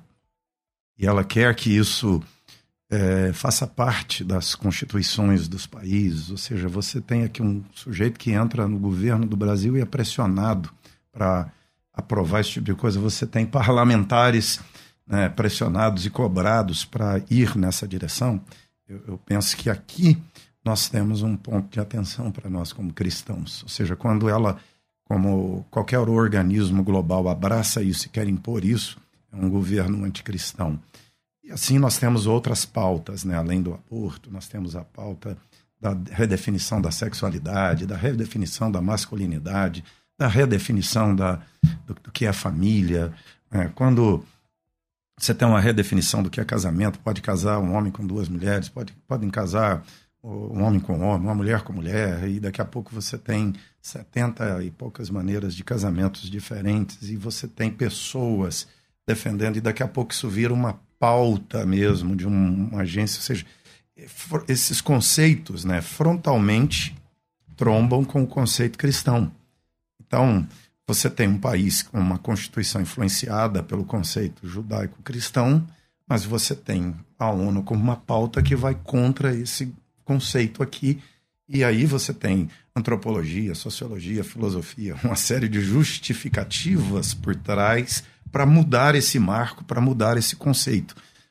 e ela quer que isso É, faça parte das constituições dos países, ou seja, você tem aqui um sujeito que entra no governo do Brasil e é pressionado para aprovar esse tipo de coisa, você tem parlamentares, né, pressionados e cobrados para ir nessa direção. Eu, eu penso que aqui nós temos um ponto de atenção para nós como cristãos, ou seja, quando ela, como qualquer organismo global, abraça isso e quer impor isso, é um governo anticristão. E assim nós temos outras pautas, né? Além do aborto, nós temos a pauta da redefinição da sexualidade, da redefinição da masculinidade, da redefinição da, do, do que é família. Né? Quando você tem uma redefinição do que é casamento, pode casar um homem com duas mulheres, pode, podem casar um homem com homem, uma mulher com mulher, e daqui a pouco você tem setenta e poucas maneiras de casamentos diferentes, e você tem pessoas defendendo, e daqui a pouco isso vira uma pauta mesmo de um, uma agência, ou seja, esses conceitos, né, frontalmente trombam com o conceito cristão. Então, você tem um país com uma constituição influenciada pelo conceito judaico-cristão, mas você tem a ONU como uma pauta que vai contra esse conceito aqui, e aí você tem antropologia, sociologia, filosofia, uma série de justificativas por trás para mudar esse marco, para mudar esse conceito.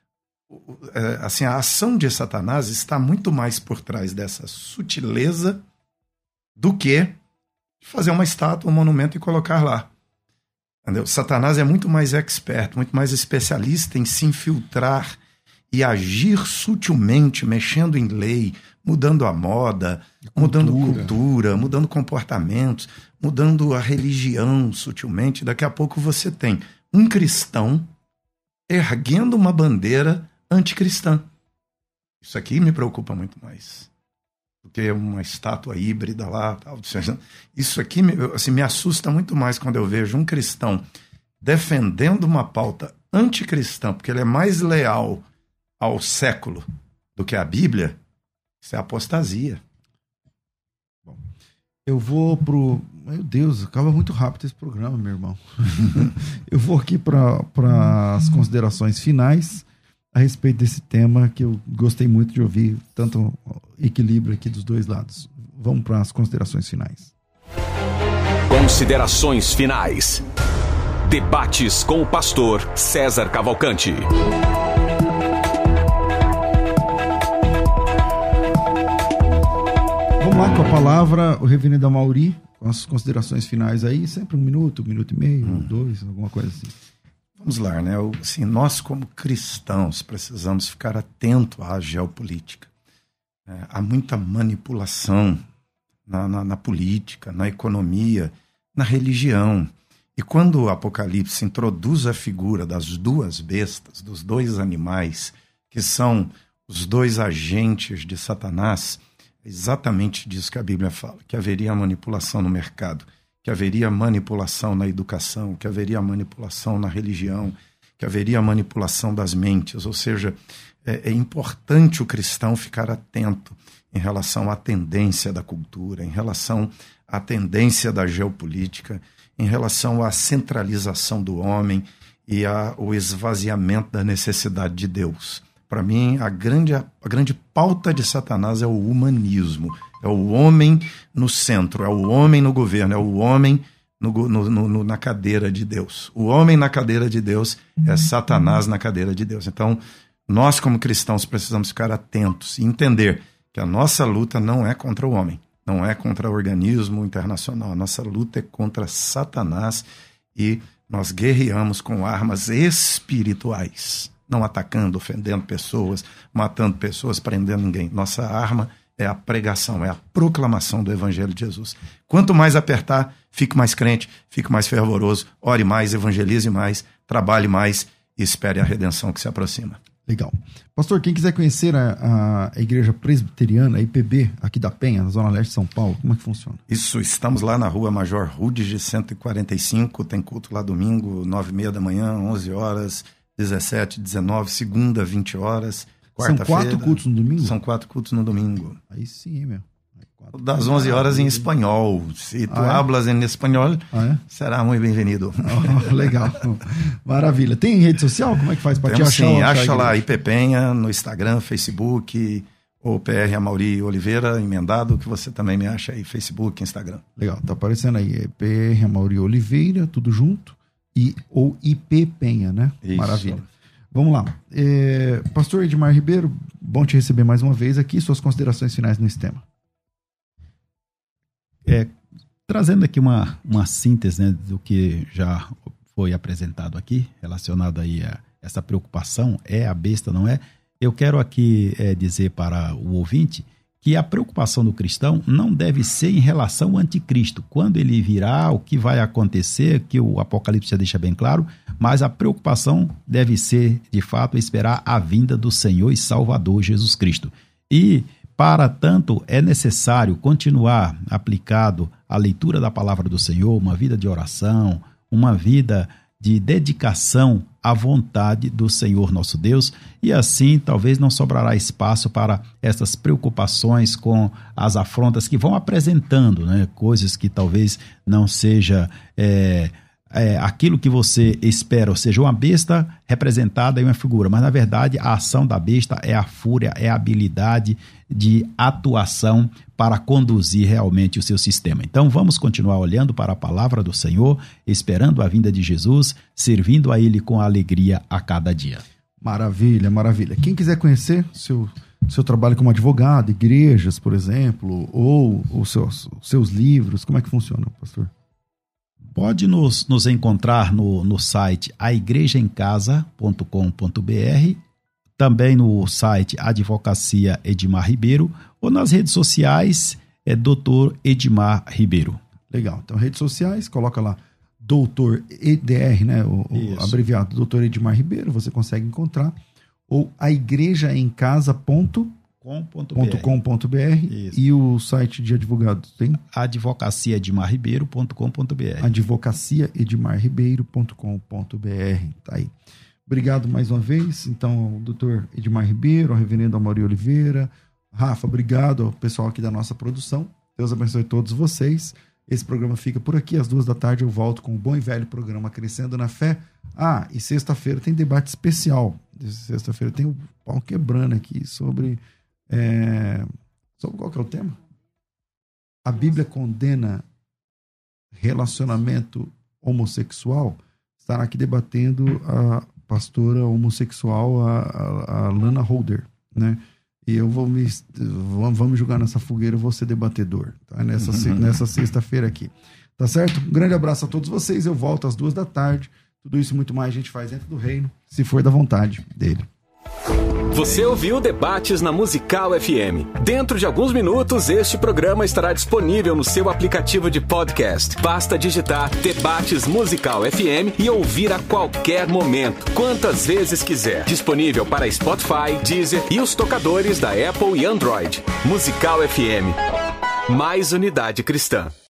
Assim, a ação de Satanás está muito mais por trás dessa sutileza do que fazer uma estátua, um monumento e colocar lá. Entendeu? Satanás é muito mais expert, muito mais especialista em se infiltrar e agir sutilmente, mexendo em lei, mudando a moda, cultura. mudando cultura, mudando comportamentos, mudando a religião sutilmente. Daqui a pouco você tem um cristão erguendo uma bandeira anticristã. Isso aqui me preocupa muito mais do que uma estátua híbrida lá. Tal. Isso aqui me, assim, me assusta muito mais quando eu vejo um cristão defendendo uma pauta anticristã, porque ele é mais leal ao século do que a Bíblia. Isso é apostasia. Bom, eu vou pro... Meu Deus, acaba muito rápido esse programa, meu irmão. Eu vou aqui para as considerações finais a respeito desse tema que eu gostei muito de ouvir, tanto equilíbrio aqui dos dois lados. Vamos para as considerações finais. Considerações finais. Debates com o pastor César Cavalcante. Vamos lá com a palavra, o reverendo Amaury, com as considerações finais aí, sempre um minuto, um minuto e meio, hum. dois, alguma coisa assim. Vamos lá, né? Assim, nós como cristãos precisamos ficar atentos à geopolítica. É, há muita manipulação na, na, na política, na economia, na religião. E quando o Apocalipse introduz a figura das duas bestas, dos dois animais, que são os dois agentes de Satanás, é exatamente disso que a Bíblia fala, que haveria manipulação no mercado, que haveria manipulação na educação, que haveria manipulação na religião, que haveria manipulação das mentes. Ou seja, é, é importante o cristão ficar atento em relação à tendência da cultura, em relação à tendência da geopolítica, em relação à centralização do homem e ao esvaziamento da necessidade de Deus. Para mim, a grande, a grande pauta de Satanás é o humanismo. É o homem no centro, é o homem no governo, é o homem no, no, no, na cadeira de Deus. O homem na cadeira de Deus é Satanás na cadeira de Deus. Então, nós como cristãos precisamos ficar atentos e entender que a nossa luta não é contra o homem, não é contra o organismo internacional. A nossa luta é contra Satanás e nós guerreamos com armas espirituais, não atacando, ofendendo pessoas, matando pessoas, prendendo ninguém. Nossa arma é a pregação, é a proclamação do Evangelho de Jesus. Quanto mais apertar, fique mais crente, fique mais fervoroso, ore mais, evangelize mais, trabalhe mais e espere a redenção que se aproxima. Legal. Pastor, quem quiser conhecer a, a Igreja Presbiteriana, a I P B, aqui da Penha, na Zona Leste de São Paulo, como é que funciona? Isso, estamos lá na Rua Major Rudes, cento e quarenta e cinco, tem culto lá domingo, nove e meia da manhã, onze horas, dezessete, dezenove, segunda, vinte horas. São quatro cultos no domingo? São quatro cultos no domingo. Aí sim, meu. Quatro das onze horas em espanhol. Se tu ah, é? hablas em espanhol, ah, é? será muito bem-vindo. Oh, legal. Maravilha. Tem rede social? Como é que faz para te achar? Sim, acha lá I P Penha no Instagram, Facebook, ou P R Amaury Oliveira, emendado, que você também me acha aí, Facebook, Instagram. Legal, tá aparecendo aí, é P R Amaury Oliveira, tudo junto, e, ou I P Penha, né? Isso. Maravilha. Vamos lá. É, Pastor Edmar Ribeiro, bom te receber mais uma vez aqui. Suas considerações finais nesse tema. É, trazendo aqui uma, uma síntese, né, do que já foi apresentado aqui, relacionado aí a essa preocupação, é a besta, não é? Eu quero aqui é, dizer para o ouvinte que a preocupação do cristão não deve ser em relação ao anticristo. Quando ele virá, o que vai acontecer, que o Apocalipse já deixa bem claro, mas a preocupação deve ser, de fato, esperar a vinda do Senhor e Salvador Jesus Cristo. E, para tanto, é necessário continuar aplicado à leitura da palavra do Senhor, uma vida de oração, uma vida de dedicação à vontade do Senhor nosso Deus, e assim talvez não sobrará espaço para essas preocupações com as afrontas que vão apresentando, né? Coisas que talvez não seja é, é, aquilo que você espera, ou seja, uma besta representada em uma figura, mas na verdade a ação da besta é a fúria, é a habilidade de atuação para conduzir realmente o seu sistema. Então vamos continuar olhando para a palavra do Senhor, esperando a vinda de Jesus, servindo a Ele com alegria a cada dia. Maravilha, maravilha. Quem quiser conhecer seu, seu trabalho como advogado, igrejas, por exemplo, ou os seus, seus livros, como é que funciona, pastor? Pode nos, nos encontrar no, no site a igreja em casa ponto com ponto b r, também no site Advocacia Edmar Ribeiro, ou nas redes sociais é doutor Edmar Ribeiro. Legal. Então, redes sociais, coloca lá doutor E D R, né? O, o abreviado doutor Edmar Ribeiro, você consegue encontrar. Ou a igreja em casa ponto com ponto b r e o site de advogados tem? advocacia edmar ribeiro ponto com ponto b r. advocacia edmar ribeiro ponto com ponto b r. Tá aí. Obrigado mais uma vez. Então, doutor Edmar Ribeiro, o reverendo Amaury Oliveira, Rafa, obrigado ao pessoal aqui da nossa produção. Deus abençoe todos vocês. Esse programa fica por aqui. Às duas da tarde eu volto com o bom e velho programa Crescendo na Fé. Ah, e sexta-feira tem debate especial. Sexta-feira tem o pau quebrando aqui sobre... É... Sobre qual que é o tema? A Bíblia condena relacionamento homossexual? estará aqui debatendo a pastora homossexual, a, a, a Lana Holder, né? E eu vou me... Vamos jogar nessa fogueira, eu vou ser debatedor, tá? Nessa, uhum. nessa sexta-feira aqui. Tá certo? Um grande abraço a todos vocês. Eu volto às duas da tarde. Tudo isso e muito mais a gente faz dentro do reino, se for da vontade dele. Você ouviu Debates na Musical F M. Dentro de alguns minutos, este programa estará disponível no seu aplicativo de podcast. Basta digitar Debates Musical F M e ouvir a qualquer momento, quantas vezes quiser. Disponível para Spotify, Deezer e os tocadores da Apple e Android. Musical F M. Mais unidade cristã.